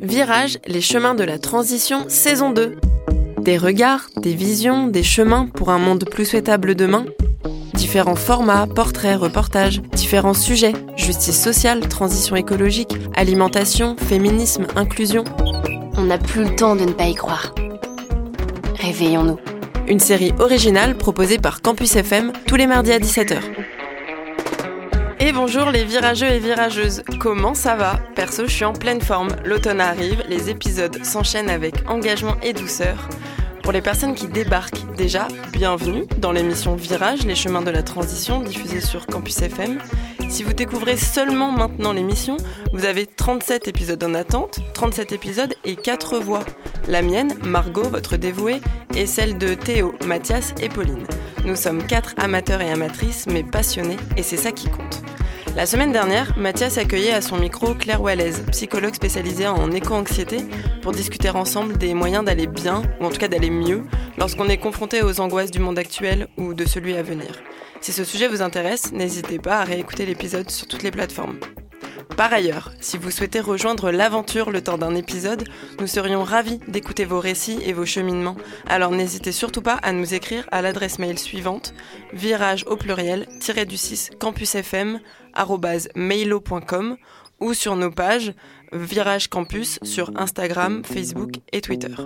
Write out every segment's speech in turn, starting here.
Virage, les chemins de la transition, saison 2. Des regards, des visions, des chemins pour un monde plus souhaitable demain. Différents formats, portraits, reportages, différents sujets, justice sociale, transition écologique, alimentation, féminisme, inclusion. On n'a plus le temps de ne pas y croire. Réveillons-nous. Une série originale proposée par Campus FM tous les mardis à 17h. Et bonjour les virageux et virageuses, comment ça va ? Perso, je suis en pleine forme, l'automne arrive, les épisodes s'enchaînent avec engagement et douceur. Pour les personnes qui débarquent, déjà, bienvenue dans l'émission Virage, les chemins de la transition, diffusée sur Campus FM. Si vous découvrez seulement maintenant l'émission, vous avez 37 épisodes en attente, 37 épisodes et 4 voix. La mienne, Margot, votre dévouée, et celle de Théo, Mathias et Pauline. Nous sommes 4 amateurs et amatrices, mais passionnés, et c'est ça qui compte. La semaine dernière, Mathias accueillait à son micro Claire Wallaise, psychologue spécialisée en éco-anxiété, pour discuter ensemble des moyens d'aller bien, ou en tout cas d'aller mieux, lorsqu'on est confronté aux angoisses du monde actuel ou de celui à venir. Si ce sujet vous intéresse, n'hésitez pas à réécouter l'épisode sur toutes les plateformes. Par ailleurs, si vous souhaitez rejoindre l'aventure le temps d'un épisode, nous serions ravis d'écouter vos récits et vos cheminements. Alors n'hésitez surtout pas à nous écrire à l'adresse mail suivante, virage au pluriel, _du6 campusfm@mailo.com ou sur nos pages Virage Campus sur Instagram, Facebook et Twitter.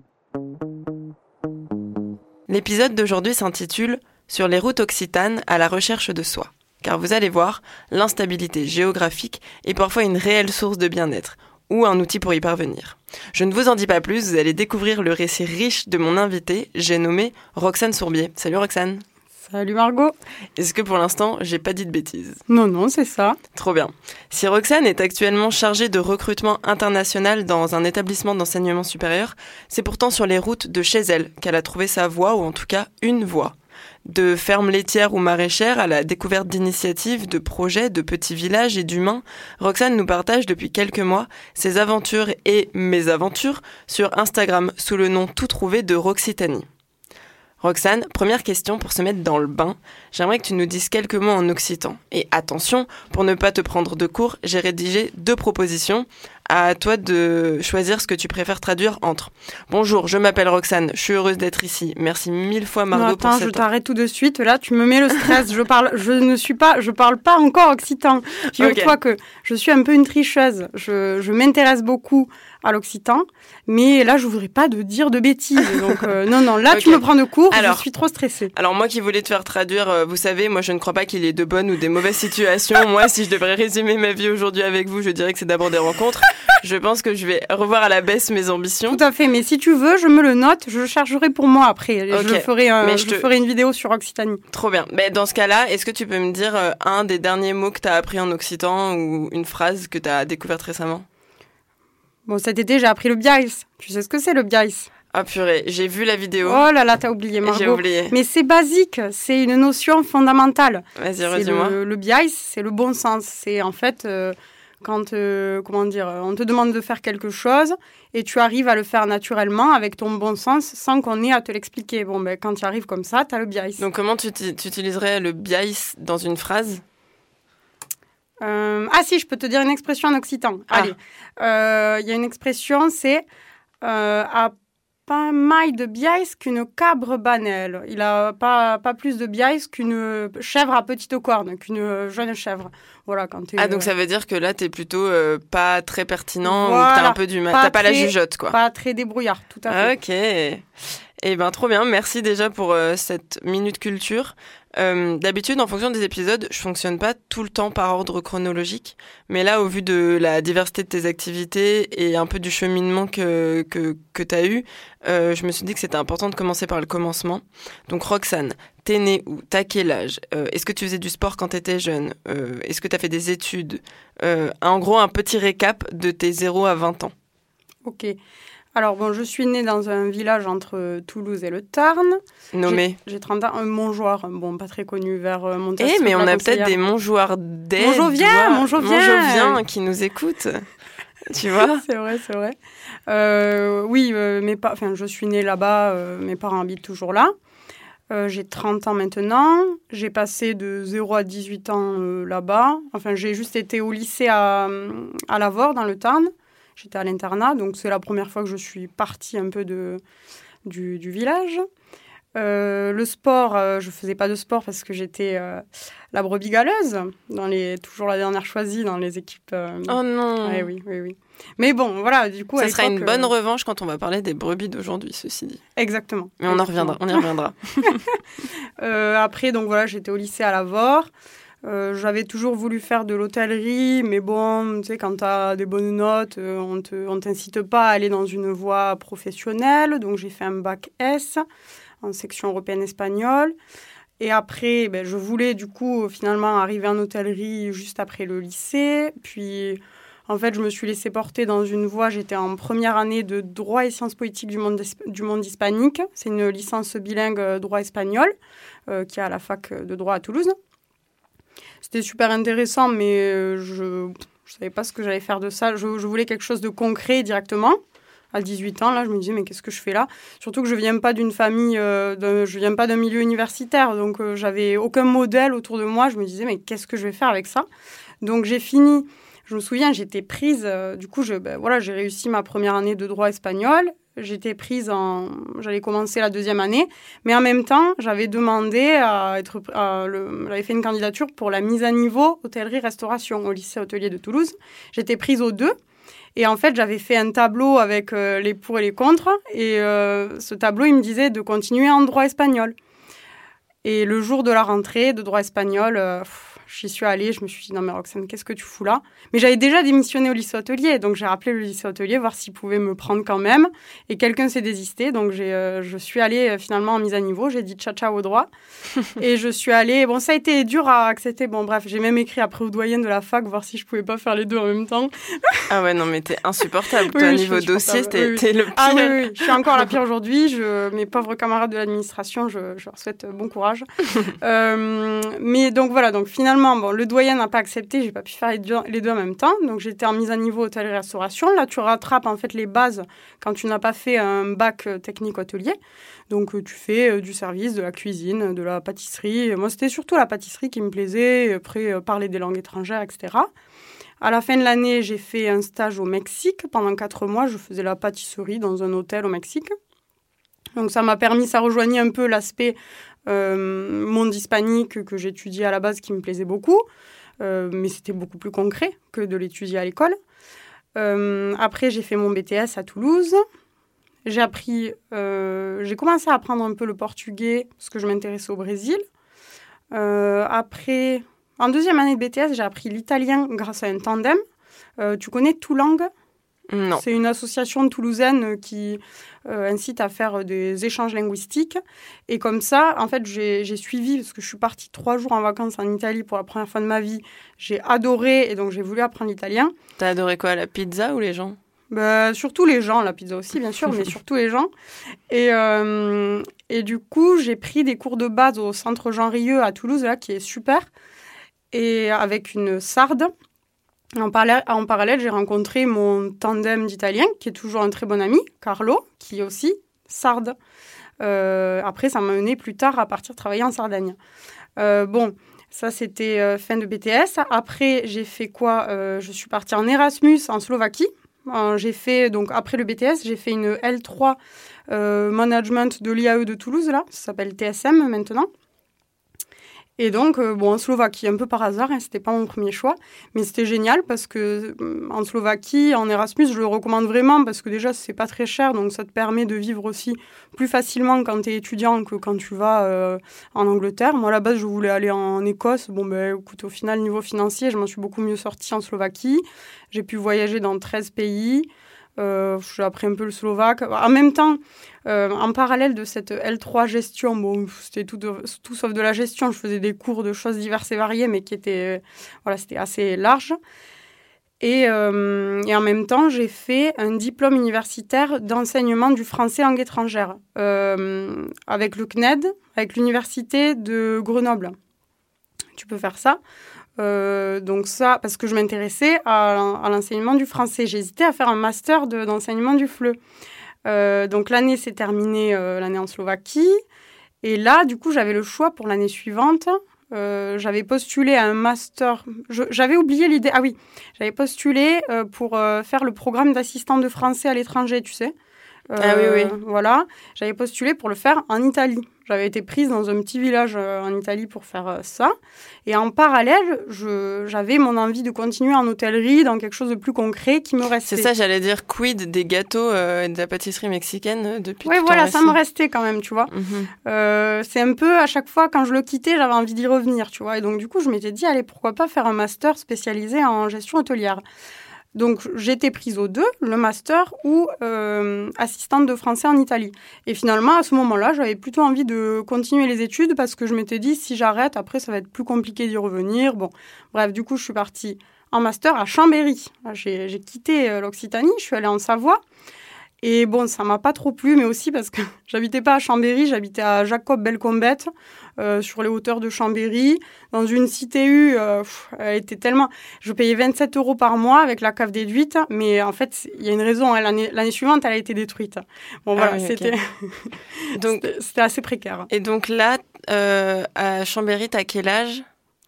L'épisode d'aujourd'hui s'intitule « Sur les routes occitanes à la recherche de soi ». Car vous allez voir, l'instabilité géographique est parfois une réelle source de bien-être, ou un outil pour y parvenir. Je ne vous en dis pas plus, vous allez découvrir le récit riche de mon invité, j'ai nommé Roxane Sourbier. Salut Roxane. Salut Margot. Est-ce que pour l'instant, j'ai pas dit de bêtises ? Non, c'est ça. Trop bien. Si Roxane est actuellement chargée de recrutement international dans un établissement d'enseignement supérieur, c'est pourtant sur les routes de chez elle qu'elle a trouvé sa voie, ou en tout cas une voie. De fermes laitières ou maraîchères à la découverte d'initiatives, de projets, de petits villages et d'humains, Roxane nous partage depuis quelques mois ses aventures et mes aventures sur Instagram sous le nom tout trouvé de Roxitanie. Roxane, première question pour se mettre dans le bain. J'aimerais que tu nous dises quelques mots en occitan. Et attention, pour ne pas te prendre de cours, j'ai rédigé 2 propositions. À toi de choisir ce que tu préfères traduire entre. Bonjour, je m'appelle Roxane, je suis heureuse d'être ici. Merci 1000 fois Margot pour cette... je t'arrête tout de suite. Là, tu me mets le stress. je parle pas encore occitan. Figure-toi que je suis un peu une tricheuse. Je m'intéresse beaucoup à l'occitan, mais là, je voudrais pas dire de bêtises. Donc, non, là, okay. Tu me prends de court, je suis trop stressée. Alors, moi qui voulais te faire traduire, vous savez, moi, je ne crois pas qu'il y ait de bonnes ou des mauvaises situations. Moi, si je devrais résumer ma vie aujourd'hui avec vous, je dirais que c'est d'abord des rencontres. Je pense que je vais revoir à la baisse mes ambitions. Tout à fait, mais si tu veux, je me le note, je le chargerai pour moi après. Okay. Je ferai une vidéo sur Occitanie. Trop bien. Dans ce cas-là, est-ce que tu peux me dire un des derniers mots que tu as appris en occitan ou une phrase que tu as découverte récemment ? Bon, cet été, j'ai appris le biaïs. Tu sais ce que c'est, le biaïs ? Ah purée, j'ai vu la vidéo. Oh là là, t'as oublié, Margot. J'ai oublié. Mais c'est basique, c'est une notion fondamentale. Vas-y, redis-moi. Le biaïs, c'est le bon sens. C'est en fait... quand on te demande de faire quelque chose et tu arrives à le faire naturellement avec ton bon sens sans qu'on ait à te l'expliquer. Bon, quand tu arrives comme ça, tu as le biaïs. Donc, comment tu utiliserais le biaïs dans une phrase ? Si, je peux te dire une expression en occitan. Allez, y a une expression, c'est a pas maille de biaïs qu'une cabre banelle. Il a pas plus de biaïs qu'une chèvre à petite corne, qu'une jeune chèvre. Voilà, quand donc ça veut dire que là, t'es plutôt pas très pertinent, voilà, ou que t'as un peu du mal, t'as pas la jugeote, quoi. Pas très débrouillard, tout à fait. Ok. Eh ben, trop bien. Merci déjà pour cette minute culture. D'habitude, en fonction des épisodes, je fonctionne pas tout le temps par ordre chronologique. Mais là, au vu de la diversité de tes activités et un peu du cheminement que t'as eu, je me suis dit que c'était important de commencer par le commencement. Donc, Roxane, t'es née où ? T'as quel âge ? Est-ce que tu faisais du sport quand t'étais jeune ? Est-ce que t'as fait des études ? En gros, un petit récap de tes 0 à 20 ans. Ok. Alors, je suis née dans un village entre Toulouse et le Tarn. Nommé ? J'ai 30 ans, un Montjoie, pas très connu, vers Montassou. Mais on a peut-être des Montjoiens d'aide. Montjoviens qui nous écoutent. Tu vois ? C'est vrai. Oui, je suis née là-bas, mes parents habitent toujours là. J'ai 30 ans maintenant. J'ai passé de 0 à 18 ans là-bas. Enfin, j'ai juste été au lycée à Lavore, dans le Tarn. J'étais à l'internat, donc c'est la première fois que je suis partie un peu du village. Le sport, je faisais pas de sport parce que j'étais la brebis galeuse, toujours la dernière choisie dans les équipes. Oh non. Ouais, oui. Mais bon, voilà, du coup... Ça sera une bonne revanche quand on va parler des brebis d'aujourd'hui, ceci dit. Exactement. Mais on y reviendra. Après, donc voilà, j'étais au lycée à Lavore. J'avais toujours voulu faire de l'hôtellerie, mais bon, tu sais, quand tu as des bonnes notes, on t'incite pas à aller dans une voie professionnelle. Donc, j'ai fait un bac S en section européenne espagnole. Et après, je voulais du coup finalement arriver en hôtellerie juste après le lycée. Puis, en fait, je me suis laissée porter dans une voie. J'étais en première année de droit et sciences politiques du monde hispanique. C'est une licence bilingue droit espagnol qui est à la fac de droit à Toulouse. C'était super intéressant, mais je ne savais pas ce que j'allais faire de ça. Je voulais quelque chose de concret directement. À 18 ans, là, je me disais, mais qu'est-ce que je fais là ? Surtout que je ne viens pas d'une famille, je viens pas d'un milieu universitaire, donc j'avais aucun modèle autour de moi. Je me disais, mais qu'est-ce que je vais faire avec ça ? Donc j'ai fini, je me souviens, j'étais prise, du coup, j'ai réussi ma première année de droit espagnol. J'étais prise j'allais commencer la deuxième année, mais en même temps, j'avais demandé j'avais fait une candidature pour la mise à niveau hôtellerie-restauration au lycée hôtelier de Toulouse. J'étais prise aux 2. Et en fait, j'avais fait un tableau avec les pour et les contre. Et ce tableau, il me disait de continuer en droit espagnol. Et le jour de la rentrée de droit espagnol, j'y suis allée. Je me suis dit, non mais Roxane, qu'est-ce que tu fous là ? Mais j'avais déjà démissionné au lycée hôtelier. Donc, j'ai rappelé le lycée hôtelier, voir s'il pouvait me prendre quand même. Et quelqu'un s'est désisté. Donc, je suis allée finalement en mise à niveau. J'ai dit ciao au droit. Et je suis allée... Bon, ça a été dur à accepter. Bon, bref, j'ai même écrit après aux doyennes de la fac, voir si je pouvais pas faire les deux en même temps. Ah ouais, non, mais t'es insupportable. Toi, niveau dossier, t'es le pire. Ah oui, je suis encore la pire aujourd'hui. Mes pauvres camarades de l'administration, je leur souhaite bon courage. Mais donc voilà, donc finalement, bon, le doyen n'a pas accepté, j'ai pas pu faire les deux en même temps. Donc j'étais en mise à niveau hôtellerie-restauration. Là, tu rattrapes en fait les bases quand tu n'as pas fait un bac technique hôtelier. Donc tu fais du service, de la cuisine, de la pâtisserie. Moi, c'était surtout la pâtisserie qui me plaisait. Après, parler des langues étrangères, etc. À la fin de l'année, j'ai fait un stage au Mexique. Pendant 4 mois, je faisais la pâtisserie dans un hôtel au Mexique. Donc ça rejoignait un peu l'aspect monde hispanique que j'étudiais à la base, qui me plaisait beaucoup. Mais c'était beaucoup plus concret que de l'étudier à l'école. Après, j'ai fait mon BTS à Toulouse. J'ai commencé à apprendre un peu le portugais parce que je m'intéressais au Brésil. Après, en deuxième année de BTS, j'ai appris l'italien grâce à un tandem. Tu connais Toulang ? Non. C'est une association toulousaine qui incite à faire des échanges linguistiques. Et comme ça, en fait, j'ai suivi, parce que je suis partie 3 jours en vacances en Italie pour la première fois de ma vie. J'ai adoré, et donc j'ai voulu apprendre l'italien. T'as adoré quoi, la pizza ou les gens ? Surtout les gens, la pizza aussi, bien sûr, mais surtout les gens. Et du coup, j'ai pris des cours de base au Centre Jean Rieux à Toulouse, là, qui est super, et avec une sarde. En parallèle, j'ai rencontré mon tandem d'italien, qui est toujours un très bon ami, Carlo, qui est aussi sarde. Après, ça m'a mené plus tard à partir travailler en Sardaigne. Bon, ça, c'était fin de BTS. Après, j'ai fait quoi ? Je suis partie en Erasmus en Slovaquie. J'ai fait, donc, après le BTS, j'ai fait une L3 management de l'IAE de Toulouse, là. Ça s'appelle TSM maintenant. Et donc, en Slovaquie, un peu par hasard, hein, c'était pas mon premier choix, mais c'était génial parce que en Slovaquie, en Erasmus, je le recommande vraiment parce que déjà, c'est pas très cher, donc ça te permet de vivre aussi plus facilement quand tu es étudiant que quand tu vas en Angleterre. Moi, à la base, je voulais aller en Écosse. Bon, écoute, au final, niveau financier, je m'en suis beaucoup mieux sortie en Slovaquie. J'ai pu voyager dans 13 pays. J'ai appris un peu le slovaque. En même temps, en parallèle de cette L3 gestion, c'était tout sauf de la gestion. Je faisais des cours de choses diverses et variées, mais qui étaient, c'était assez large. Et en même temps, j'ai fait un diplôme universitaire d'enseignement du français langue étrangère avec le CNED, avec l'université de Grenoble. Tu peux faire ça. Donc ça, parce que je m'intéressais à l'enseignement du français. J'ai hésité à faire un master d'enseignement du FLE. Donc l'année s'est terminée, l'année en Slovaquie. Et là, du coup, j'avais le choix pour l'année suivante j'avais postulé à un master. J'avais oublié l'idée. Ah oui, j'avais postulé pour faire le programme d'assistant de français à l'étranger, tu sais. Ah oui. Voilà, j'avais postulé pour le faire en Italie. J'avais été prise dans un petit village en Italie pour faire ça. Et en parallèle, j'avais mon envie de continuer en hôtellerie, dans quelque chose de plus concret qui me restait. C'est ça, j'allais dire, quid des gâteaux et de la pâtisserie mexicaine depuis tout Oui, voilà, temps ça me restait quand même, tu vois. C'est un peu, à chaque fois, quand je le quittais, j'avais envie d'y revenir, tu vois. Et donc, du coup, je m'étais dit, allez, pourquoi pas faire un master spécialisé en gestion hôtelière. Donc, j'étais prise aux deux, le master ou assistante de français en Italie. Et finalement, à ce moment-là, j'avais plutôt envie de continuer les études parce que je m'étais dit, si j'arrête, après, ça va être plus compliqué d'y revenir. Bon, bref, du coup, je suis partie en master à Chambéry. J'ai quitté l'Occitanie, je suis allée en Savoie. Et bon, ça m'a pas trop plu, mais aussi parce que j'habitais pas à Chambéry, j'habitais à Jacob-Belcombette, sur les hauteurs de Chambéry, dans une CTU, elle était tellement... Je payais 27 € par mois avec la cave déduite, mais en fait, il y a une raison, hein, l'année suivante, elle a été détruite. Bon, voilà, oui, c'était... Donc, c'était assez précaire. Et donc là, à Chambéry, t'as quel âge ?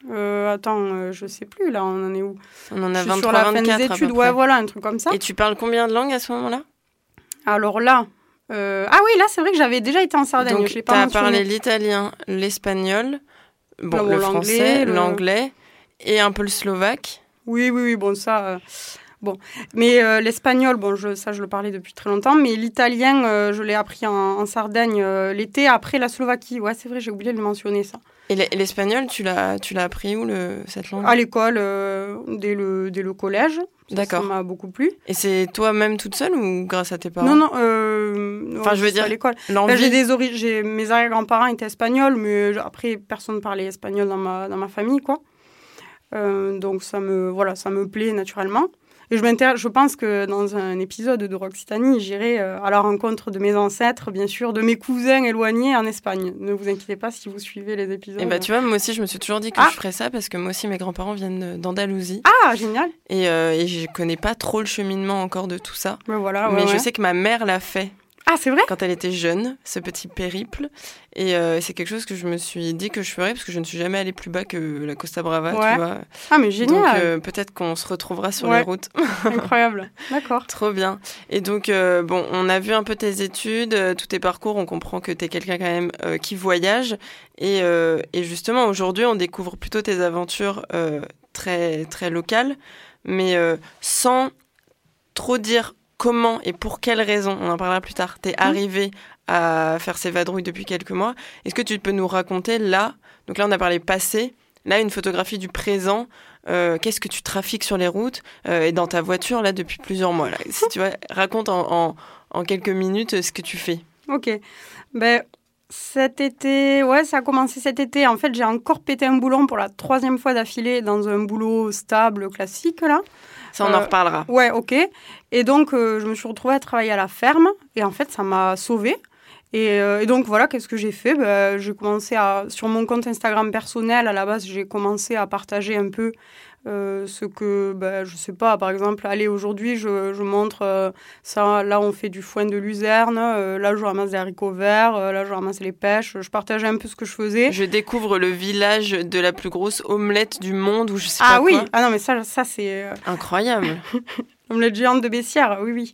Je sais plus, là, on en est où ? On en a 23, sur la 24 fin des études, ouais, voilà, un truc comme ça. Et tu parles combien de langues à ce moment-là ? Alors là... Ah oui, là, c'est vrai que j'avais déjà été en Sardaigne. Donc, tu as parlé l'italien, l'espagnol, le français, l'anglais et un peu le slovaque. Oui, bon, ça... Bon, mais l'espagnol, bon, ça, je le parlais depuis très longtemps, mais l'italien, je l'ai appris en Sardaigne l'été après la Slovaquie. Ouais, c'est vrai, j'ai oublié de le mentionner, ça. Et l'espagnol, tu l'as appris où, cette langue ? À l'école, dès le collège. D'accord. Ça m'a beaucoup plu. Et c'est toi-même toute seule ou grâce à tes parents ? Non, enfin, je veux dire, à l'école. Mes arrière-grands-parents étaient espagnols, mais après, personne parlait espagnol dans ma famille, quoi. Donc, ça me plaît naturellement. Et je pense que dans un épisode de Roxitanie, j'irai à la rencontre de mes ancêtres, bien sûr, de mes cousins éloignés en Espagne. Ne vous inquiétez pas si vous suivez les épisodes. Et bah, tu vois, moi aussi, je me suis toujours dit que je ferais ça parce que moi aussi, mes grands-parents viennent d'Andalousie. Ah, génial. Et je connais pas trop le cheminement encore de tout ça. Mais je sais que ma mère l'a fait. Ah, c'est vrai ? Quand elle était jeune, ce petit périple. Et c'est quelque chose que je me suis dit que je ferais parce que je ne suis jamais allée plus bas que la Costa Brava, tu vois. Ah, mais génial. Donc, peut-être qu'on se retrouvera sur les routes. Incroyable. D'accord. Trop bien. Et donc, on a vu un peu tes études, tous tes parcours. On comprend que tu es quelqu'un quand même qui voyage. Et justement, aujourd'hui, on découvre plutôt tes aventures très, très locales, mais sans trop dire comment et pour quelles raisons, on en parlera plus tard, t'es arrivé à faire ces vadrouilles depuis quelques mois. Est-ce que tu peux nous raconter là, donc là on a parlé passé, là une photographie du présent, qu'est-ce que tu trafiques sur les routes et dans ta voiture là depuis plusieurs mois là. Si tu vois, raconte en quelques minutes ce que tu fais. Ok, cet été, ça a commencé cet été. En fait, j'ai encore pété un boulon pour la 3e fois d'affilée dans un boulot stable, classique, là. Ça, on en reparlera. Ouais, ok. Et donc, je me suis retrouvée à travailler à la ferme. Et en fait, ça m'a sauvée. Et donc, voilà, qu'est-ce que j'ai fait ? J'ai commencé sur mon compte Instagram personnel, à la base, j'ai commencé à partager un peu ce que, je sais pas, par exemple, allez, aujourd'hui, je montre ça, là, on fait du foin de luzerne, là, je ramasse des haricots verts, là, je ramasse les pêches, je partageais un peu ce que je faisais. Je découvre le village de la plus grosse omelette du monde, ou je sais pas quoi. Ah oui, ah non, mais ça c'est... Incroyable. L'omelette géante de Bessières, oui.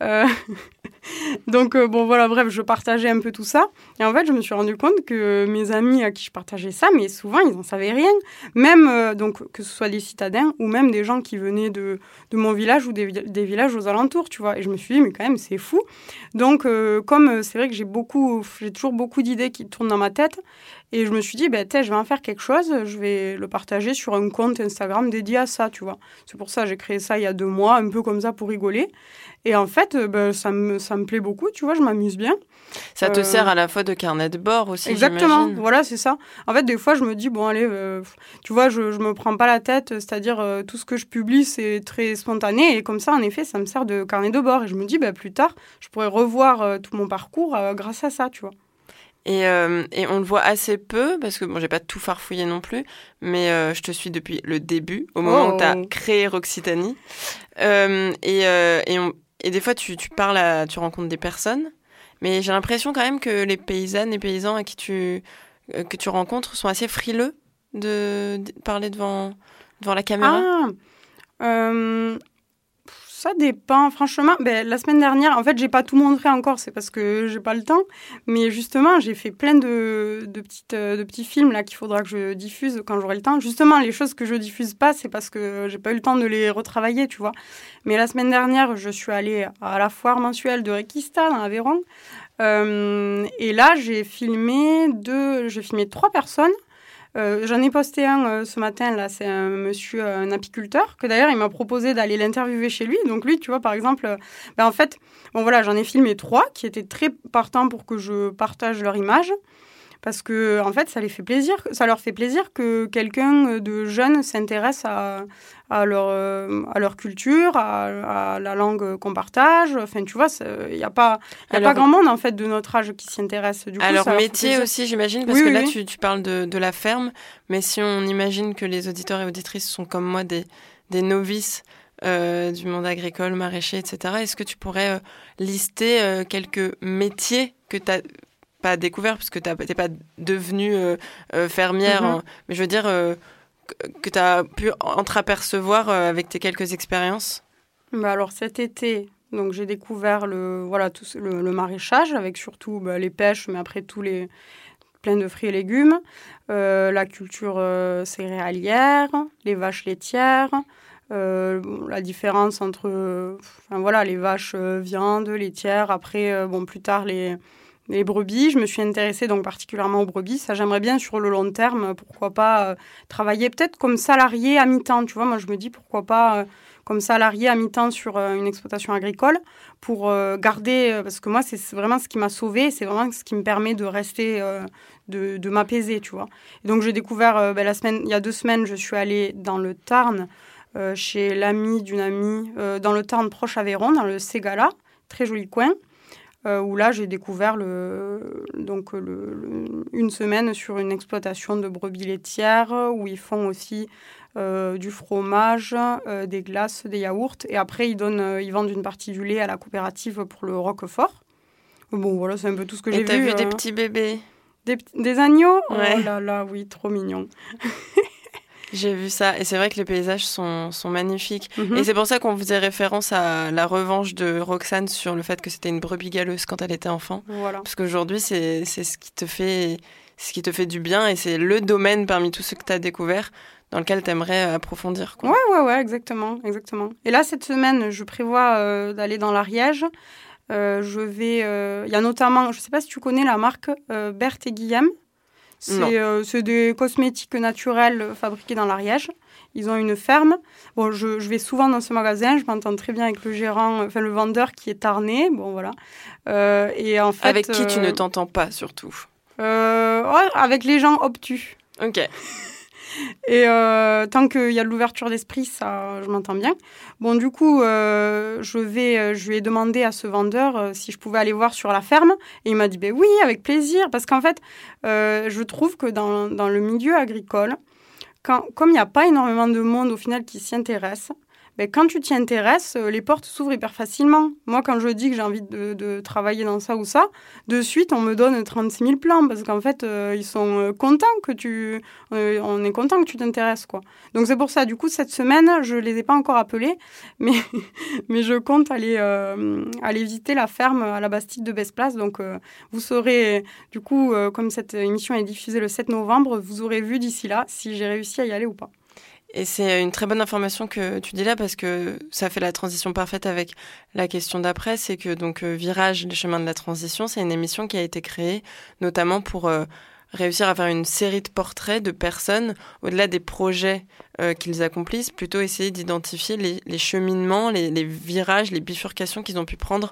Donc, voilà, bref, je partageais un peu tout ça. Et en fait, je me suis rendu compte que mes amis à qui je partageais ça, mais souvent, ils n'en savaient rien. Même, donc, que ce soit des citadins ou même des gens qui venaient de mon village ou des villages aux alentours, tu vois. Et je me suis dit, mais quand même, c'est fou. Donc, comme c'est vrai que j'ai toujours beaucoup d'idées qui tournent dans ma tête, et je me suis dit, je vais en faire quelque chose, je vais le partager sur un compte Instagram dédié à ça, tu vois. C'est pour ça que j'ai créé ça il y a 2 mois, un peu comme ça pour rigoler. Et en fait, ça me plaît beaucoup, tu vois, je m'amuse bien. Ça te sert à la fois de carnet de bord aussi, exactement, j'imagine. Voilà, c'est ça. En fait, des fois, je me dis, bon, allez, tu vois, je me prends pas la tête, c'est-à-dire tout ce que je publie, c'est très spontané. Et comme ça, en effet, ça me sert de carnet de bord. Et je me dis, plus tard, je pourrais revoir tout mon parcours grâce à ça, tu vois. Et on le voit assez peu, parce que bon, j'ai pas tout farfouillé non plus, mais je te suis depuis le début, au moment où tu as créé Roxitanie. Et des fois, tu parles tu rencontres des personnes, mais j'ai l'impression quand même que les paysannes et paysans que tu rencontres sont assez frileux de parler devant la caméra? Ça dépend, franchement. La semaine dernière, en fait, j'ai pas tout montré encore, c'est parce que j'ai pas le temps. Mais justement, j'ai fait plein de petits films là qu'il faudra que je diffuse quand j'aurai le temps. Justement, les choses que je diffuse pas, c'est parce que j'ai pas eu le temps de les retravailler, tu vois. Mais la semaine dernière, je suis allée à la foire mensuelle de Requista dans l'Aveyron. Et là, j'ai filmé 3 personnes. J'en ai posté un ce matin, là, c'est un monsieur, un apiculteur, que d'ailleurs, il m'a proposé d'aller l'interviewer chez lui. Donc lui, tu vois, par exemple, en fait, j'en ai filmé 3 qui étaient très partants pour que je partage leur image. Parce que, en fait, ça leur fait plaisir que quelqu'un de jeune s'intéresse à leur culture, à la langue qu'on partage. Tu vois, il n'y a pas grand monde, en fait, de notre âge qui s'y intéresse. Du coup, à leur métier aussi, j'imagine, parce que là, tu parles de la ferme, mais si on imagine que les auditeurs et auditrices sont comme moi des novices du monde agricole, maraîcher, etc., est-ce que tu pourrais lister quelques métiers que tu as pas découvert parce que t'es pas devenue fermière, mais je veux dire que t'as pu entreapercevoir avec tes quelques expériences. Alors cet été, donc j'ai découvert le maraîchage avec surtout les pêches, mais après plein de fruits et légumes, la culture céréalière, les vaches laitières. La différence entre les vaches viande, laitières, après plus tard les brebis. Je me suis intéressée donc particulièrement aux brebis. Ça, j'aimerais bien sur le long terme, pourquoi pas travailler peut-être comme salarié à mi-temps. Tu vois, moi, je me dis pourquoi pas comme salarié à mi-temps sur une exploitation agricole pour garder... parce que moi, c'est vraiment ce qui m'a sauvée. C'est vraiment ce qui me permet de rester, de m'apaiser, tu vois. Et donc, j'ai découvert il y a 2 semaines, je suis allée dans le Tarn, chez l'amie d'une amie, dans le Tarn proche Aveyron, dans le Ségala, très joli coin. Où là, j'ai découvert une semaine sur une exploitation de brebis laitières où ils font aussi du fromage, des glaces, des yaourts. Et après, ils vendent une partie du lait à la coopérative pour le Roquefort. Bon, voilà, c'est un peu tout ce que j'ai vu. Et t'as vu des petits bébés? Des agneaux? Ouais. Oh là là, oui, trop mignons. J'ai vu ça, et c'est vrai que les paysages sont magnifiques. Et c'est pour ça qu'on faisait référence à la revanche de Roxane sur le fait que c'était une brebis galeuse quand elle était enfant. Voilà. Parce qu'aujourd'hui, c'est ce qui te fait du bien, et c'est le domaine parmi tous ceux que tu as découvert dans lequel tu aimerais approfondir, quoi. Ouais, exactement. Et là, cette semaine, je prévois d'aller dans l'Ariège. Je vais... Il y a notamment, je ne sais pas si tu connais la marque Berthe et Guillaume. C'est des cosmétiques naturels fabriqués dans l'Ariège. Ils ont une ferme. Bon, je vais souvent dans ce magasin. Je m'entends très bien avec le gérant, le vendeur qui est tarnais. Bon, voilà. Et en fait, avec qui tu ne t'entends pas, surtout? Avec les gens obtus. Ok. Et tant qu'il y a de l'ouverture d'esprit, ça, je m'entends bien. Bon, du coup, je lui ai demandé à ce vendeur si je pouvais aller voir sur la ferme. Et il m'a dit, oui, avec plaisir. Parce qu'en fait, je trouve que dans le milieu agricole, comme il n'y a pas énormément de monde au final qui s'y intéresse, quand tu t'y intéresses, les portes s'ouvrent hyper facilement. Moi, quand je dis que j'ai envie de travailler dans ça ou ça, de suite, on me donne 36 000 plans parce qu'en fait, ils sont contents on est content que tu t'intéresses, quoi. Donc, c'est pour ça. Du coup, cette semaine, je ne les ai pas encore appelés, mais je compte aller visiter la ferme à la Bastide de Besse-Place. Donc, vous saurez, du coup, comme cette émission est diffusée le 7 novembre, vous aurez vu d'ici là si j'ai réussi à y aller ou pas. Et c'est une très bonne information que tu dis là parce que ça fait la transition parfaite avec la question d'après. C'est que donc Virage, les chemins de la transition, c'est une émission qui a été créée notamment pour réussir à faire une série de portraits de personnes au-delà des projets qu'ils accomplissent, plutôt essayer d'identifier les cheminements, les virages, les bifurcations qu'ils ont pu prendre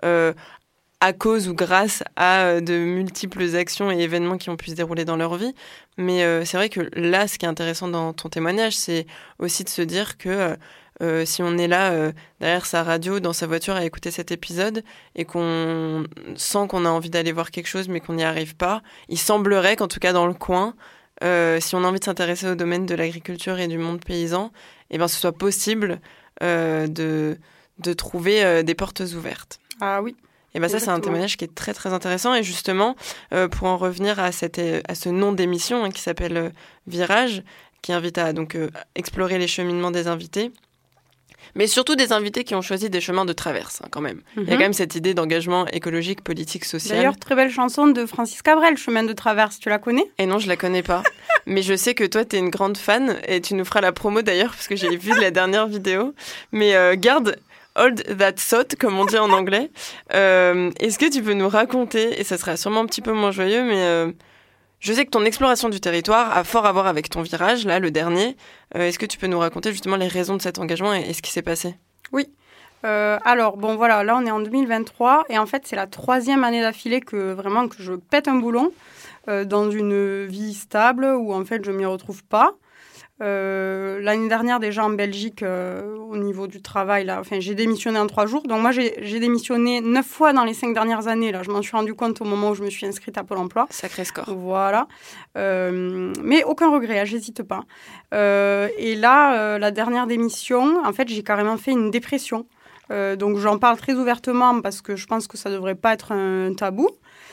à cause ou grâce à de multiples actions et événements qui ont pu se dérouler dans leur vie. Mais c'est vrai que là, ce qui est intéressant dans ton témoignage, c'est aussi de se dire que si on est là derrière sa radio, dans sa voiture, à écouter cet épisode et qu'on sent qu'on a envie d'aller voir quelque chose mais qu'on n'y arrive pas, il semblerait qu'en tout cas dans le coin, si on a envie de s'intéresser au domaine de l'agriculture et du monde paysan, ce soit possible de trouver des portes ouvertes. Ah oui. Et ça, c'est un témoignage qui est très, très intéressant. Et justement, pour en revenir à ce nom d'émission qui s'appelle Virage, qui invite à donc explorer les cheminements des invités, mais surtout des invités qui ont choisi des chemins de traverse, quand même. Il y a quand même cette idée d'engagement écologique, politique, social. D'ailleurs, très belle chanson de Francis Cabrel, Chemin de traverse, tu la connais ? Et non, je la connais pas. Mais je sais que toi, t'es une grande fan, et tu nous feras la promo d'ailleurs, parce que j'ai vu la dernière vidéo. Mais garde... Hold that thought, comme on dit en anglais. Est-ce que tu peux nous raconter, et ça sera sûrement un petit peu moins joyeux, mais je sais que ton exploration du territoire a fort à voir avec ton virage, là, le dernier. Est-ce que tu peux nous raconter justement les raisons de cet engagement et ce qui s'est passé ? Oui. Alors, bon, voilà, là, on est en 2023, et en fait, c'est la 3e année d'affilée que je pète un boulon dans une vie stable où, en fait, je m'y retrouve pas. L'année dernière déjà en Belgique au niveau du travail là, j'ai démissionné en 3 jours, donc moi j'ai démissionné 9 fois dans les 5 dernières années là. Je m'en suis rendu compte au moment où je me suis inscrite à Pôle emploi. Sacré score. Voilà, mais aucun regret, j'hésite pas. Et là la dernière démission, en fait j'ai carrément fait une dépression, donc j'en parle très ouvertement parce que je pense que ça devrait pas être un tabou.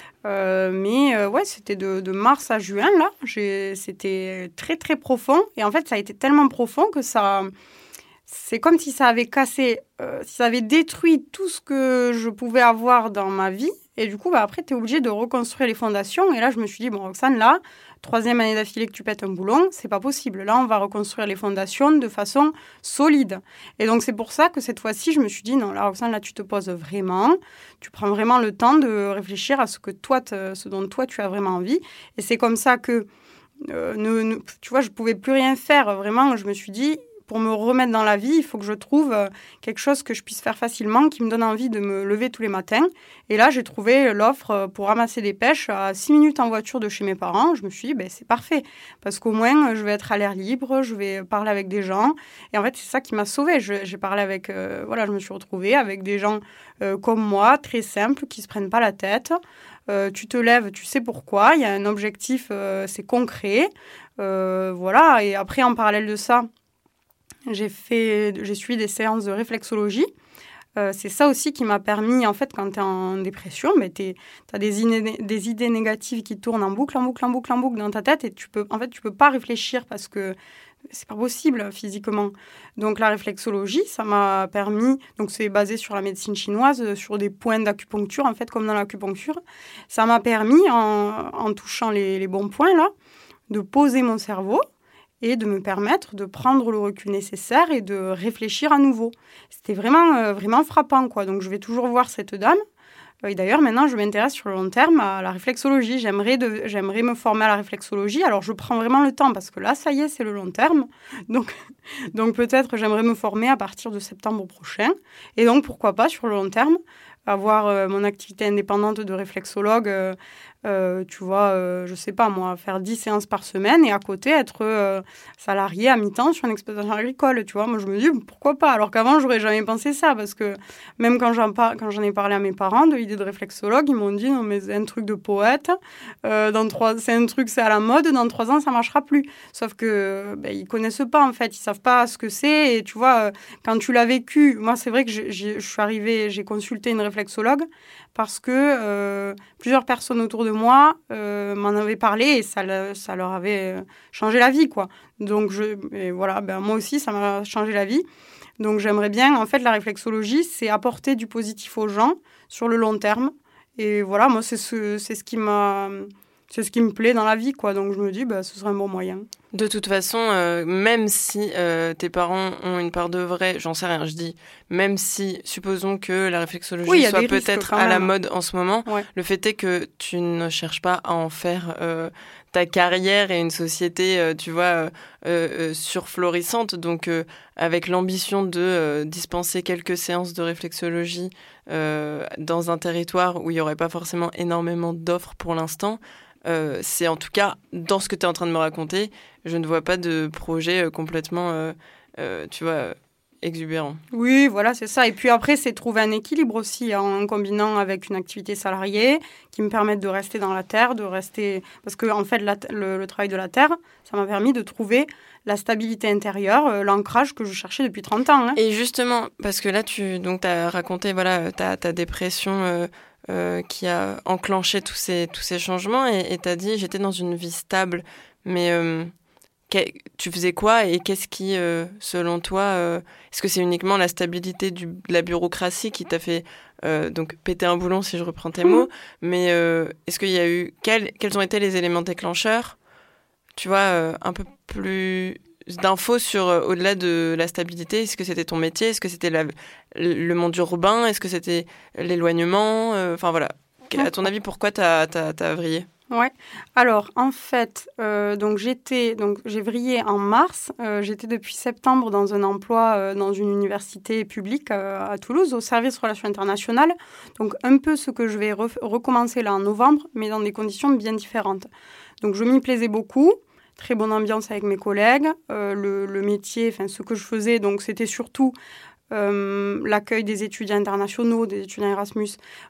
Mais ouais, c'était de mars à juin, là. C'était très, très profond. Et en fait, ça a été tellement profond que c'est comme si ça avait cassé, si ça avait détruit tout ce que je pouvais avoir dans ma vie. Et du coup, après, tu es obligé de reconstruire les fondations. Et là, je me suis dit, bon, Roxane, là, 3e année d'affilée que tu pètes un boulon, c'est pas possible. Là, on va reconstruire les fondations de façon solide. Et donc, c'est pour ça que cette fois-ci, je me suis dit, non, là, Roxane, là, tu te poses vraiment. Tu prends vraiment le temps de réfléchir à ce dont toi, tu as vraiment envie. Et c'est comme ça que, tu vois, je pouvais plus rien faire. Vraiment, je me suis dit, pour me remettre dans la vie, il faut que je trouve quelque chose que je puisse faire facilement, qui me donne envie de me lever tous les matins. Et là, j'ai trouvé l'offre pour ramasser des pêches à 6 minutes en voiture de chez mes parents. Je me suis dit, c'est parfait, parce qu'au moins, je vais être à l'air libre, je vais parler avec des gens. Et en fait, c'est ça qui m'a sauvée. J'ai parlé avec... je me suis retrouvée avec des gens comme moi, très simples, qui ne se prennent pas la tête. Tu te lèves, tu sais pourquoi. Il y a un objectif, c'est concret. Voilà. Et après, en parallèle de ça, j'ai suivi des séances de réflexologie. C'est ça aussi qui m'a permis, en fait, quand tu es en dépression, tu as des idées négatives qui tournent en boucle dans ta tête et tu peux pas réfléchir parce que c'est pas possible physiquement. Donc la réflexologie, ça m'a permis, donc c'est basé sur la médecine chinoise, sur des points d'acupuncture, en fait, comme dans l'acupuncture. Ça m'a permis, en touchant les bons points là, de poser mon cerveau et de me permettre de prendre le recul nécessaire et de réfléchir à nouveau. C'était vraiment, vraiment frappant, quoi. Donc, je vais toujours voir cette dame. Et d'ailleurs, maintenant, je m'intéresse sur le long terme à la réflexologie. J'aimerais me former à la réflexologie. Alors, je prends vraiment le temps parce que là, ça y est, c'est le long terme. Donc peut-être, j'aimerais me former à partir de septembre prochain. Et donc, pourquoi pas, sur le long terme, avoir mon activité indépendante de réflexologue, tu vois, je sais pas moi, faire 10 séances par semaine et à côté être salarié à mi-temps sur une exploitation agricole, tu vois. Moi, je me dis, pourquoi pas ? Alors qu'avant, j'aurais jamais pensé ça parce que même quand j'en ai parlé à mes parents de l'idée de réflexologue, ils m'ont dit, non mais c'est un truc de poète, c'est à la mode, dans 3 ans, ça marchera plus. Sauf que ils connaissent pas, en fait, ils savent pas ce que c'est et tu vois, quand tu l'as vécu, moi, c'est vrai que je suis arrivée, j'ai consulté une réflexologue parce que plusieurs personnes autour de moi m'en avaient parlé et ça leur avait changé la vie, quoi. Donc, moi aussi, ça m'a changé la vie. Donc, j'aimerais bien, en fait, la réflexologie, c'est apporter du positif aux gens sur le long terme. Et voilà, moi, c'est ce qui me plaît dans la vie, quoi. Donc, je me dis, ce serait un bon moyen. De toute façon, même si tes parents ont une part de vrai, j'en sais rien, je dis, même si, supposons que la réflexologie soit peut-être à la mode en ce moment, ouais. Le fait est que tu ne cherches pas à en faire ta carrière et une société, surflorissante. Donc, avec l'ambition de dispenser quelques séances de réflexologie dans un territoire où il n'y aurait pas forcément énormément d'offres pour l'instant, c'est en tout cas, dans ce que tu es en train de me raconter, je ne vois pas de projet complètement, exubérant. Oui, voilà, c'est ça. Et puis après, c'est trouver un équilibre aussi en combinant avec une activité salariée qui me permette de rester dans la terre, parce que en fait, le travail de la terre, ça m'a permis de trouver la stabilité intérieure, l'ancrage que je cherchais depuis 30 ans. Hein. Et justement, parce que là, tu as raconté ta dépression qui a enclenché tous ces changements. Et tu as dit, j'étais dans une vie stable. Mais tu faisais quoi et qu'est-ce qui, selon toi, est-ce que c'est uniquement la stabilité de la bureaucratie qui t'a fait donc péter un boulon, si je reprends tes mots, mais est-ce qu'il y a eu... Quels ont été les éléments déclencheurs? Tu vois, un peu plus d'infos sur au-delà de la stabilité. Est-ce que c'était ton métier? Est-ce que c'était le monde urbain? Est-ce que c'était l'éloignement? Enfin voilà. À ton avis, pourquoi t'as vrillé? Ouais. Alors, en fait, j'ai vrillé en mars. J'étais depuis septembre dans un emploi dans une université publique à Toulouse, au service relations internationales. Donc, un peu ce que je vais recommencer là en novembre, mais dans des conditions bien différentes. Donc, je m'y plaisais beaucoup. Très bonne ambiance avec mes collègues. Le métier, enfin, ce que je faisais, donc, c'était surtout... l'accueil des étudiants internationaux, des étudiants Erasmus.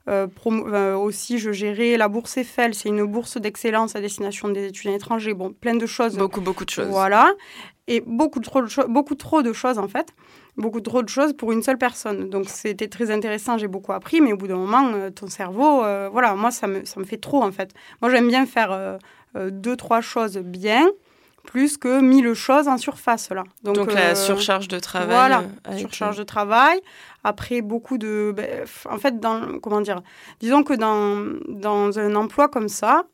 Aussi, je gérais la bourse Eiffel. C'est une bourse d'excellence à destination des étudiants étrangers. Bon, plein de choses. Beaucoup de choses. Voilà. Et beaucoup trop de choses, en fait. Beaucoup trop de choses pour une seule personne. Donc, c'était très intéressant. J'ai beaucoup appris. Mais au bout d'un moment, ton cerveau... voilà, moi, ça me fait trop, en fait. Moi, j'aime bien faire 2-3 choses bien, plus que 1000 choses en surface, là. Donc la surcharge de travail. Voilà, surcharge de travail. Après, beaucoup de... en fait, disons que dans un emploi comme ça,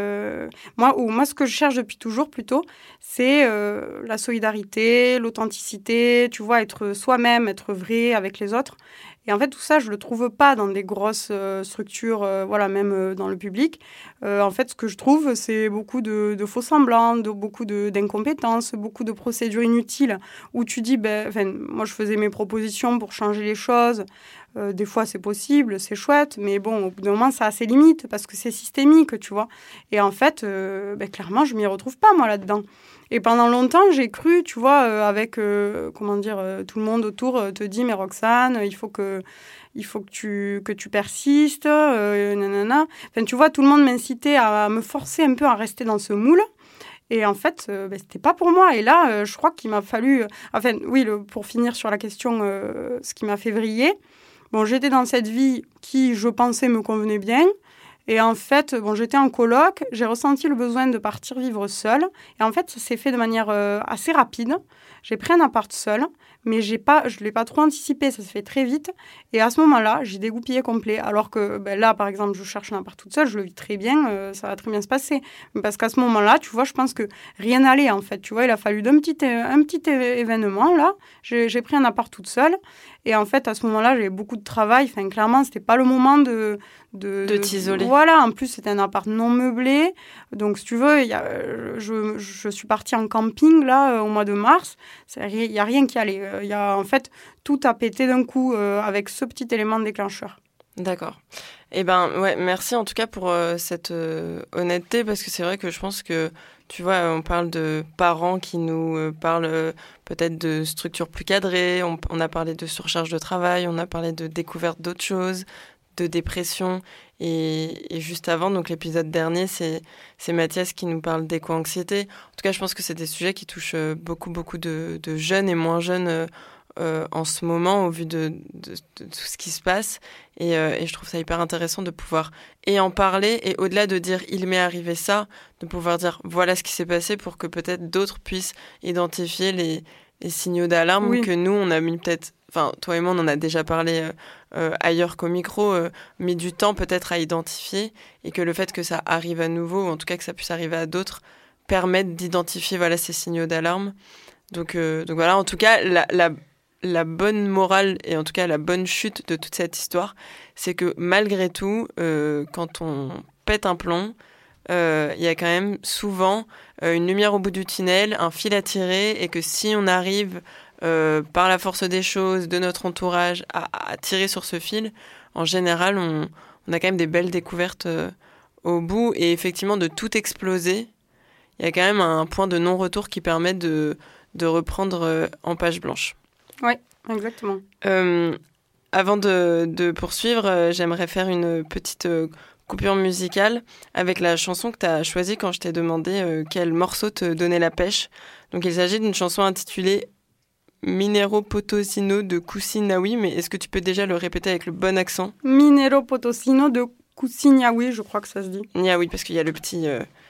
moi, ce que je cherche depuis toujours, plutôt, c'est la solidarité, l'authenticité, tu vois, être soi-même, être vrai avec les autres. Et en fait, tout ça, je ne le trouve pas dans des grosses structures, même dans le public. En fait, ce que je trouve, c'est beaucoup de faux-semblants, beaucoup d'incompétences, beaucoup de procédures inutiles où tu dis, moi, je faisais mes propositions pour changer les choses. Des fois, c'est possible, c'est chouette, mais bon, au bout d'un moment, ça a ses limites parce que c'est systémique, tu vois. Et en fait, clairement, je m'y retrouve pas, moi, là-dedans. Et pendant longtemps, j'ai cru, tu vois, tout le monde autour te dit, mais Roxane, il faut que tu persistes, nanana. Enfin, tu vois, tout le monde m'incitait à me forcer un peu à rester dans ce moule. Et en fait, c'était pas pour moi. Et là, je crois qu'il m'a fallu... pour finir sur la question, ce qui m'a fait vriller, bon, j'étais dans cette vie qui, je pensais, me convenait bien. Et en fait, j'étais en coloc, j'ai ressenti le besoin de partir vivre seule. Et en fait, ça s'est fait de manière assez rapide. J'ai pris un appart seul, mais je ne l'ai pas trop anticipé, ça se fait très vite. Et à ce moment-là, j'ai dégoupillé complet. Alors que là, par exemple, je cherche un appart toute seule, je le vis très bien, ça va très bien se passer. Parce qu'à ce moment-là, tu vois, je pense que rien n'allait, en fait. Tu vois, il a fallu un petit événement, là. J'ai pris un appart toute seule. Et en fait, à ce moment-là, j'avais beaucoup de travail. Enfin, clairement, c'était pas le moment de t'isoler. Voilà, en plus, c'était un appart non meublé. Donc, si tu veux, je suis partie en camping, là, au mois de mars. Il n'y a rien qui allait. En fait, tout a pété d'un coup avec ce petit élément déclencheur. D'accord. Eh ben, ouais, merci en tout cas pour cette honnêteté, parce que c'est vrai que je pense que, tu vois, on parle de parents qui nous parlent peut-être de structures plus cadrées, on a parlé de surcharge de travail, on a parlé de découverte d'autres choses, de dépression, et juste avant, donc l'épisode dernier, c'est Mathias qui nous parle d'éco-anxiété. En tout cas, je pense que c'est des sujets qui touchent beaucoup de jeunes et moins jeunes en ce moment, au vu de tout ce qui se passe. Et je trouve ça hyper intéressant de pouvoir en parler, et au-delà de dire « il m'est arrivé ça », de pouvoir dire « voilà ce qui s'est passé » pour que peut-être d'autres puissent identifier les signaux d'alarme que nous, on a mis peut-être... Enfin, toi et moi, on en a déjà parlé ailleurs qu'au micro, mis du temps peut-être à identifier, et que le fait que ça arrive à nouveau, ou en tout cas que ça puisse arriver à d'autres, permette d'identifier ces signaux d'alarme. Donc voilà, en tout cas, la bonne morale, et en tout cas la bonne chute de toute cette histoire, c'est que malgré tout, quand on pète un plomb, il y a quand même souvent une lumière au bout du tunnel, un fil à tirer, et que si on arrive par la force des choses, de notre entourage, à tirer sur ce fil, en général, on a quand même des belles découvertes au bout, et effectivement de tout exploser, il y a quand même un point de non-retour qui permet de reprendre en page blanche. Oui, exactement. Avant de poursuivre, j'aimerais faire une petite coupure musicale avec la chanson que tu as choisie quand je t'ai demandé quel morceau te donnait la pêche. Donc il s'agit d'une chanson intitulée Minero Potosino de Kusinawi, mais est-ce que tu peux déjà le répéter avec le bon accent? Minero Potosino de Kusinawi, je crois que ça se dit. Oui, parce qu'il y a le petit...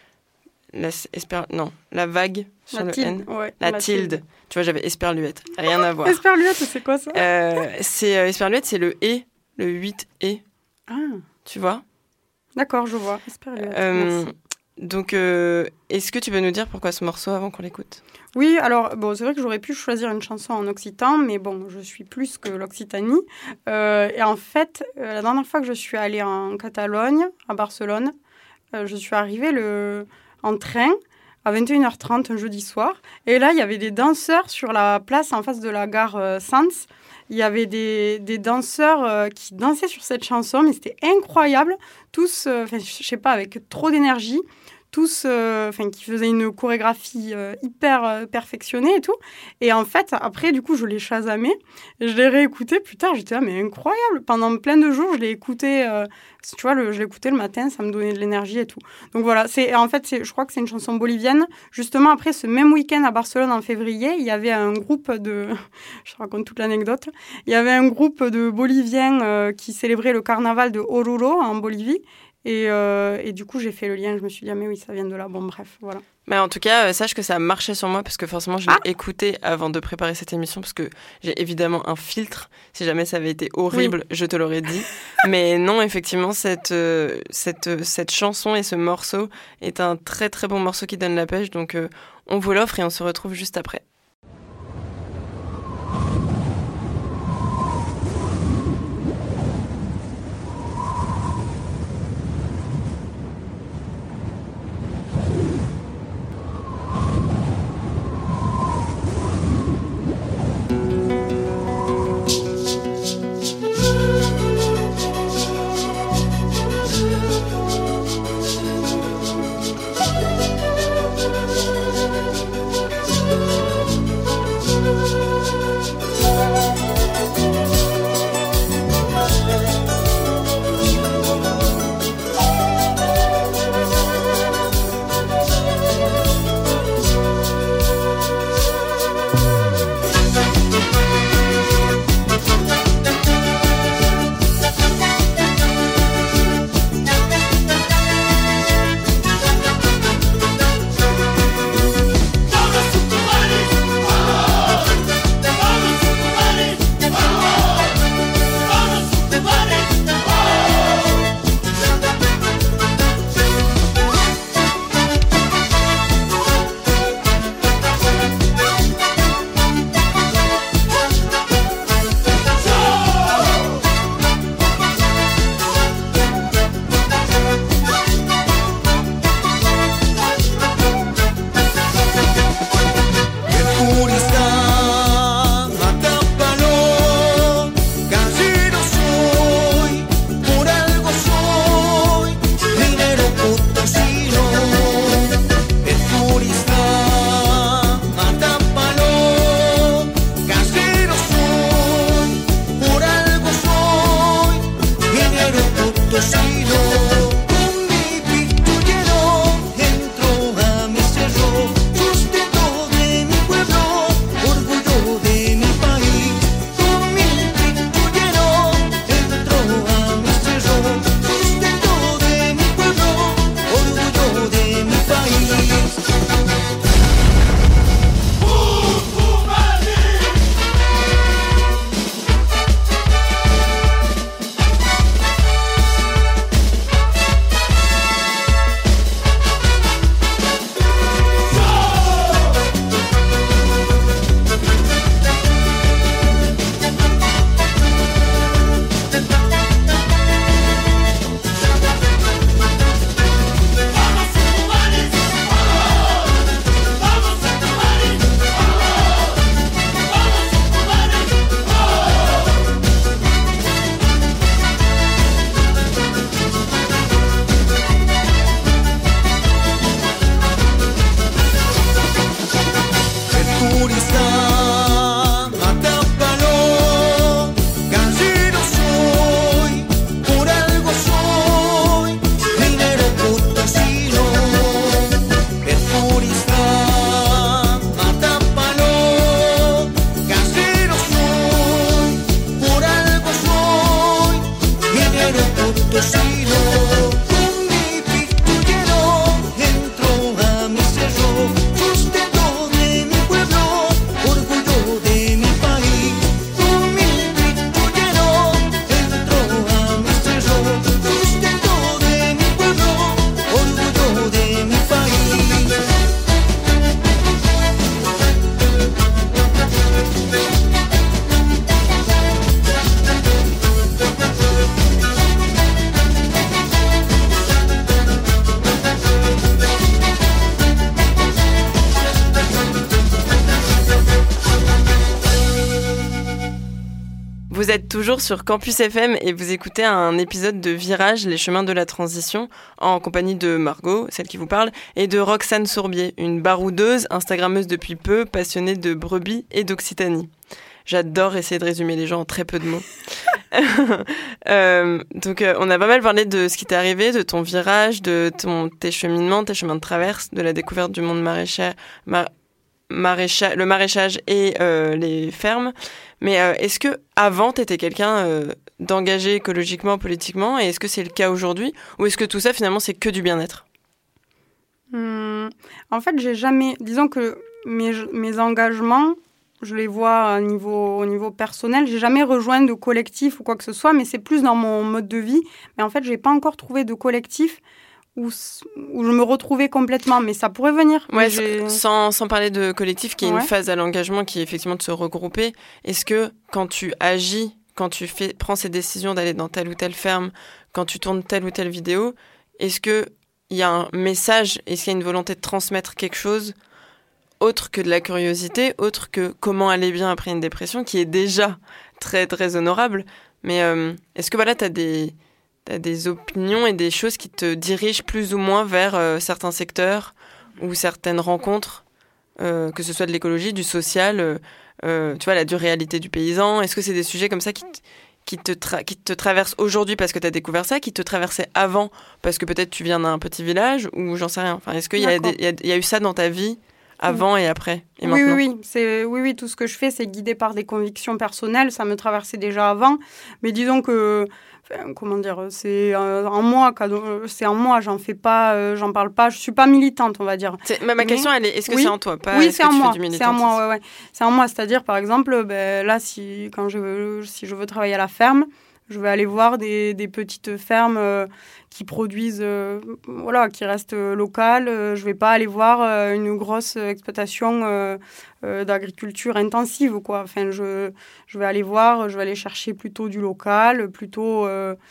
la vague sur le N. Ouais, la tilde. Tu vois, j'avais esperluette. Rien à voir. Esperluette, c'est quoi ça? Esperluette, c'est le E, le 8E. Ah. Tu vois? D'accord, je vois. Esperluette, donc, est-ce que tu peux nous dire pourquoi ce morceau avant qu'on l'écoute? Oui, alors, c'est vrai que j'aurais pu choisir une chanson en occitan, mais bon, je suis plus que l'Occitanie. Et en fait, la dernière fois que je suis allée en Catalogne, à Barcelone, je suis arrivée en train à 21h30 un jeudi soir. Et là, il y avait des danseurs sur la place en face de la gare Sants. Il y avait des danseurs qui dansaient sur cette chanson, mais c'était incroyable. Tous, je sais pas, avec trop d'énergie. Tous qui faisaient une chorégraphie hyper perfectionnée et tout. Et en fait, après, du coup, je l'ai chasamé. Et je l'ai réécouté plus tard. J'étais là, mais incroyable. Pendant plein de jours, je l'ai écouté. Tu vois, je l'ai écouté le matin, ça me donnait de l'énergie et tout. Donc voilà, je crois que c'est une chanson bolivienne. Justement, après ce même week-end à Barcelone en février, il y avait un groupe je raconte toute l'anecdote. Il y avait un groupe de Boliviens qui célébrait le carnaval de Oruro en Bolivie. Et du coup, j'ai fait le lien. Je me suis dit, mais oui, ça vient de là. Bon, bref, voilà. Mais en tout cas, sache que ça a marché sur moi parce que forcément, je l'ai écouté avant de préparer cette émission parce que j'ai évidemment un filtre. Si jamais ça avait été horrible, je te l'aurais dit. Mais non, effectivement, cette chanson et ce morceau est un très très bon morceau qui donne la pêche. Donc, on vous l'offre et on se retrouve juste après. Vous êtes toujours sur Campus FM et vous écoutez un épisode de Virage, les chemins de la transition, en compagnie de Margot, celle qui vous parle, et de Roxane Sourbier, une baroudeuse, instagrammeuse depuis peu, passionnée de brebis et d'Occitanie. J'adore essayer de résumer les gens en très peu de mots. Donc, on a pas mal parlé de ce qui t'est arrivé, de ton virage, de tes cheminements, tes chemins de traverse, de la découverte du monde le maraîchage et les fermes. Mais est-ce que avant t'étais quelqu'un d'engagé écologiquement, politiquement, et est-ce que c'est le cas aujourd'hui, ou est-ce que tout ça finalement c'est que du bien-être? En fait, j'ai jamais... Disons que mes engagements, je les vois au niveau personnel. J'ai jamais rejoint de collectif ou quoi que ce soit, mais c'est plus dans mon mode de vie. Mais en fait, j'ai pas encore trouvé de collectif où je me retrouvais complètement, mais ça pourrait venir. Ouais, sans parler de collectif, qui est une phase à l'engagement qui est effectivement de se regrouper. Est-ce que quand tu agis, quand tu prends ces décisions d'aller dans telle ou telle ferme, quand tu tournes telle ou telle vidéo, est-ce qu'il y a un message, est-ce qu'il y a une volonté de transmettre quelque chose autre que de la curiosité, autre que comment aller bien après une dépression, qui est déjà très, très honorable. Mais est-ce que voilà, t'as des opinions et des choses qui te dirigent plus ou moins vers certains secteurs ou certaines rencontres, que ce soit de l'écologie, du social, tu vois, la dure réalité du paysan. Est-ce que c'est des sujets comme ça qui te traversent aujourd'hui parce que tu as découvert ça, qui te traversaient avant parce que peut-être tu viens d'un petit village, ou j'en sais rien. Enfin, est-ce qu'il y a eu ça dans ta vie avant et après et maintenant? Oui, tout ce que je fais, c'est guidé par des convictions personnelles. Ça me traversait déjà avant. Mais disons que, comment dire, c'est en moi, j'en fais pas, j'en parle pas. Je suis pas militante, on va dire. Ma question, elle est, est-ce que c'est en toi, pas Oui, est-ce c'est que en tu moi. fais du C'est en militantisme? moi, ouais. C'est en moi. C'est-à-dire, par exemple, là, si je veux travailler à la ferme, je vais aller voir des petites fermes qui produisent, qui restent locales. Je vais pas aller voir une grosse exploitation d'agriculture intensive, quoi. Enfin, je vais aller chercher plutôt du local, plutôt,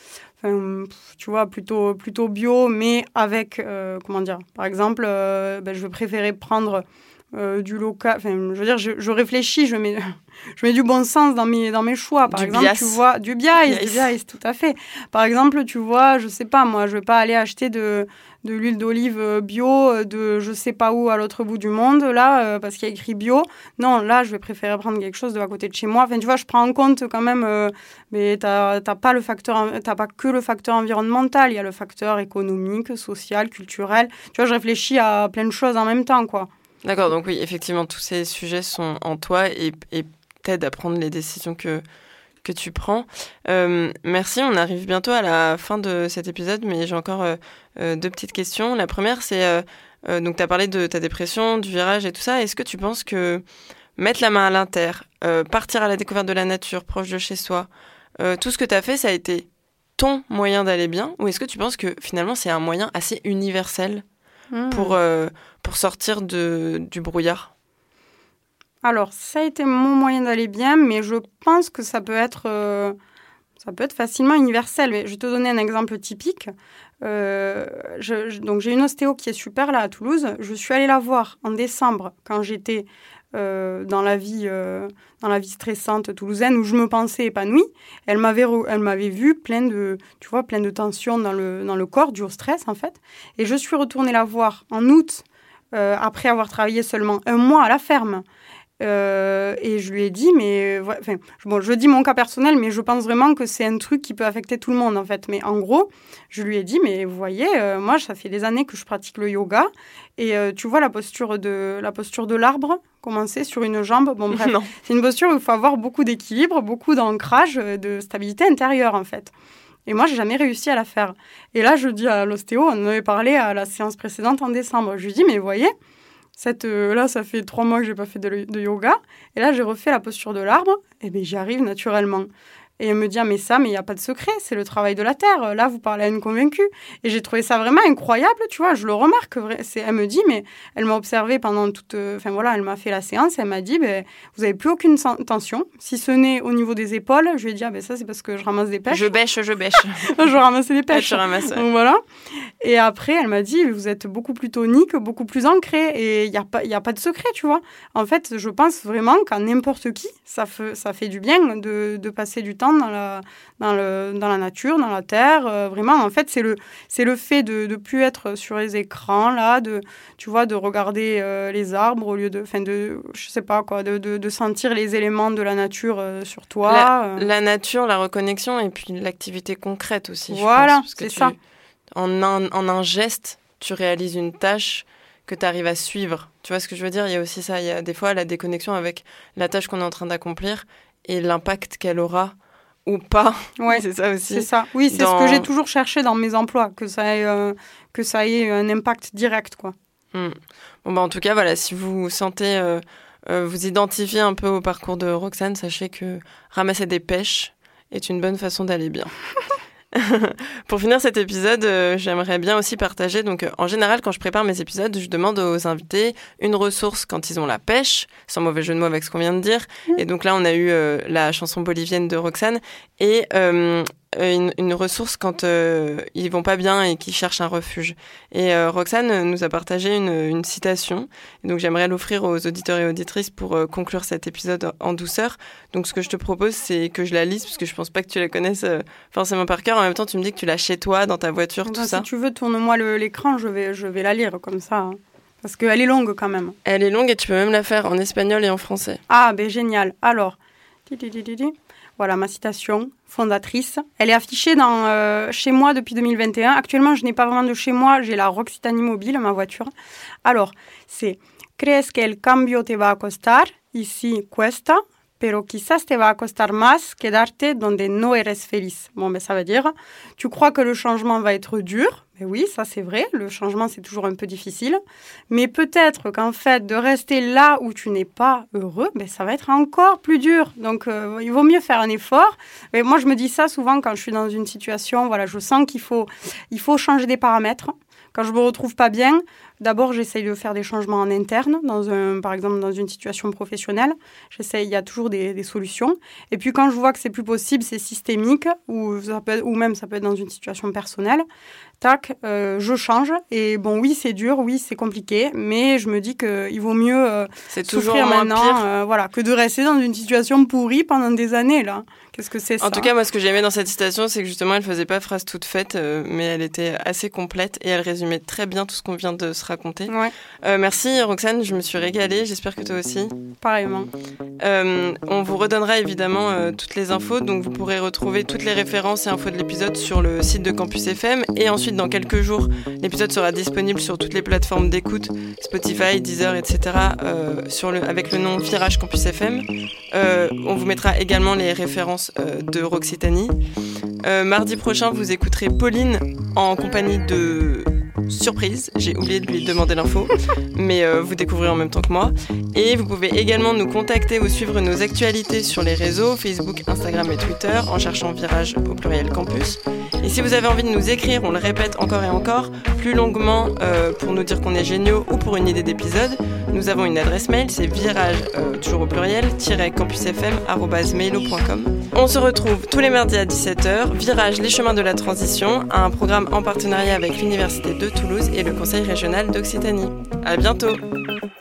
tu vois, plutôt bio, mais avec, comment dire, par exemple, je vais préférer prendre du local. Enfin, je veux dire, je réfléchis, je mets du bon sens dans mes choix. Par exemple, tu vois, du biaïs, tout à fait. Par exemple, tu vois, je sais pas, moi, je vais pas aller acheter de l'huile d'olive bio de je sais pas où à l'autre bout du monde, là, parce qu'il y a écrit bio. Non, là, je vais préférer prendre quelque chose de à côté de chez moi. Enfin, tu vois, je prends en compte quand même, mais t'as pas que le facteur environnemental, il y a le facteur économique, social, culturel. Tu vois, je réfléchis à plein de choses en même temps, quoi. D'accord, donc oui, effectivement, tous ces sujets sont en toi et t'aident à prendre les décisions que tu prends. Merci, on arrive bientôt à la fin de cet épisode, mais j'ai encore 2 petites questions. La première, c'est, donc tu as parlé de ta dépression, du virage et tout ça. Est-ce que tu penses que mettre la main à l'inter, partir à la découverte de la nature, proche de chez soi, tout ce que tu as fait, ça a été ton moyen d'aller bien, ou est-ce que tu penses que finalement c'est un moyen assez universel pour sortir du brouillard? Alors, ça a été mon moyen d'aller bien, mais je pense que ça peut être facilement universel. Mais je vais te donner un exemple typique. Donc, j'ai une ostéo qui est super là à Toulouse. Je suis allée la voir en décembre quand j'étais dans la vie stressante toulousaine où je me pensais épanouie. Elle m'avait vu plein de tensions dans le corps dû au stress en fait. Et je suis retournée la voir en août après avoir travaillé seulement 1 mois à la ferme. Et je lui ai dit, je dis mon cas personnel, mais je pense vraiment que c'est un truc qui peut affecter tout le monde, en fait. Mais en gros, je lui ai dit, mais vous voyez, moi, ça fait des années que je pratique le yoga. Et tu vois la posture de l'arbre, commencer sur une jambe. Bon, bref, c'est une posture où il faut avoir beaucoup d'équilibre, beaucoup d'ancrage, de stabilité intérieure, en fait. Et moi, j'ai jamais réussi à la faire. Et là, je dis à l'ostéo, on en avait parlé à la séance précédente en décembre. Je lui dis, mais vous voyez, là, ça fait 3 mois que j'ai pas fait de yoga. Et là, j'ai refait la posture de l'arbre. Et bien, j'y arrive naturellement. Et elle me dit, mais il n'y a pas de secret, c'est le travail de la terre. Là, vous parlez à une convaincue. Et j'ai trouvé ça vraiment incroyable, tu vois, je le remarque. Elle me dit, mais elle m'a observée pendant elle m'a fait la séance, elle m'a dit, vous n'avez plus aucune tension, si ce n'est au niveau des épaules. Je lui ai dit, ça, c'est parce que je ramasse des pêches. Je bêche. Je ramassais des pêches. Je ramasse, ouais. Donc voilà. Et après, elle m'a dit, vous êtes beaucoup plus tonique, beaucoup plus ancrée. Et il n'y a pas de secret, tu vois. En fait, je pense vraiment qu'à n'importe qui, ça fait du bien de passer du temps dans la nature, dans la terre. Vraiment, en fait, c'est le fait de ne plus être sur les écrans, là, de regarder les arbres au lieu je sais pas quoi, de sentir les éléments de la nature sur toi. La nature, la reconnexion et puis l'activité concrète aussi. Voilà, je pense, c'est ça. En un geste, tu réalises une tâche que tu arrives à suivre. Tu vois ce que je veux dire ? Il y a aussi ça. Il y a des fois la déconnexion avec la tâche qu'on est en train d'accomplir et l'impact qu'elle aura ou pas. Ouais, c'est ça aussi. C'est ça. Oui, c'est ce que j'ai toujours cherché dans mes emplois, que ça ait un impact direct, quoi. Bon, en tout cas, voilà, si vous sentez vous identifier un peu au parcours de Roxane, sachez que ramasser des pêches est une bonne façon d'aller bien. Pour finir cet épisode, j'aimerais bien aussi partager, donc en général quand je prépare mes épisodes, je demande aux invités une ressource quand ils ont la pêche, sans mauvais jeu de mots avec ce qu'on vient de dire. Et donc là on a eu la chanson bolivienne de Roxane et une ressource quand ils vont pas bien et qu'ils cherchent un refuge. Et Roxane nous a partagé une citation, et donc j'aimerais l'offrir aux auditeurs et auditrices pour conclure cet épisode en douceur. Donc ce que je te propose, c'est que je la lise, parce que je pense pas que tu la connaisses forcément par cœur. En même temps, tu me dis que tu l'as chez toi, dans ta voiture, tout ça. Si tu veux, tourne-moi l'écran, je vais la lire comme ça. Hein. Parce qu'elle est longue quand même. Elle est longue et tu peux même la faire en espagnol et en français. Ah, génial. Alors, voilà ma citation fondatrice. Elle est affichée chez moi depuis 2021. Actuellement, je n'ai pas vraiment de chez moi. J'ai la Roxitanie mobile, ma voiture. Alors, c'est « Crees que el cambio te va a costar? Ici cuesta, pero quizás te va a costar más quedarte donde no eres feliz. » Bon, ça veut dire « Tu crois que le changement va être dur ?» Mais oui, ça c'est vrai, le changement c'est toujours un peu difficile. Mais peut-être qu'en fait, de rester là où tu n'es pas heureux, ça va être encore plus dur. Donc il vaut mieux faire un effort. Mais moi je me dis ça souvent quand je suis dans une situation, voilà, je sens qu'il faut changer des paramètres. Quand je me retrouve pas bien, d'abord j'essaye de faire des changements en interne, par exemple dans une situation professionnelle. Il y a toujours des solutions. Et puis quand je vois que c'est plus possible, c'est systémique, ou même ça peut être dans une situation personnelle, je change. Et bon, oui, c'est dur, oui, c'est compliqué, mais je me dis qu'il vaut mieux souffrir maintenant que de rester dans une situation pourrie pendant des années, là. Qu'est-ce que c'est ça ? En tout cas, moi, ce que j'aimais dans cette citation, c'est que justement, elle faisait pas phrase toute faite, mais elle était assez complète et elle résumait très bien tout ce qu'on vient de se raconter. Ouais. Merci, Roxane, je me suis régalée. J'espère que toi aussi. Pareillement. On vous redonnera évidemment toutes les infos, donc vous pourrez retrouver toutes les références et infos de l'épisode sur le site de Campus FM. Et ensuite, dans quelques jours, l'épisode sera disponible sur toutes les plateformes d'écoute, Spotify, Deezer, etc., avec le nom Virage Campus FM. On vous mettra également les références de Roxitanie. Mardi prochain, vous écouterez Pauline en compagnie de surprise, j'ai oublié de lui demander l'info, mais vous découvrez en même temps que moi. Et vous pouvez également nous contacter ou suivre nos actualités sur les réseaux Facebook, Instagram et Twitter en cherchant Virage au pluriel Campus. Et si vous avez envie de nous écrire, on le répète encore et encore, plus longuement pour nous dire qu'on est géniaux ou pour une idée d'épisode, nous avons une adresse mail, c'est virage, toujours au pluriel, campusfm@mailo.com. On se retrouve tous les mardis à 17h, Virage, les chemins de la transition, un programme en partenariat avec l'Université de Toulouse et le Conseil régional d'Occitanie. À bientôt!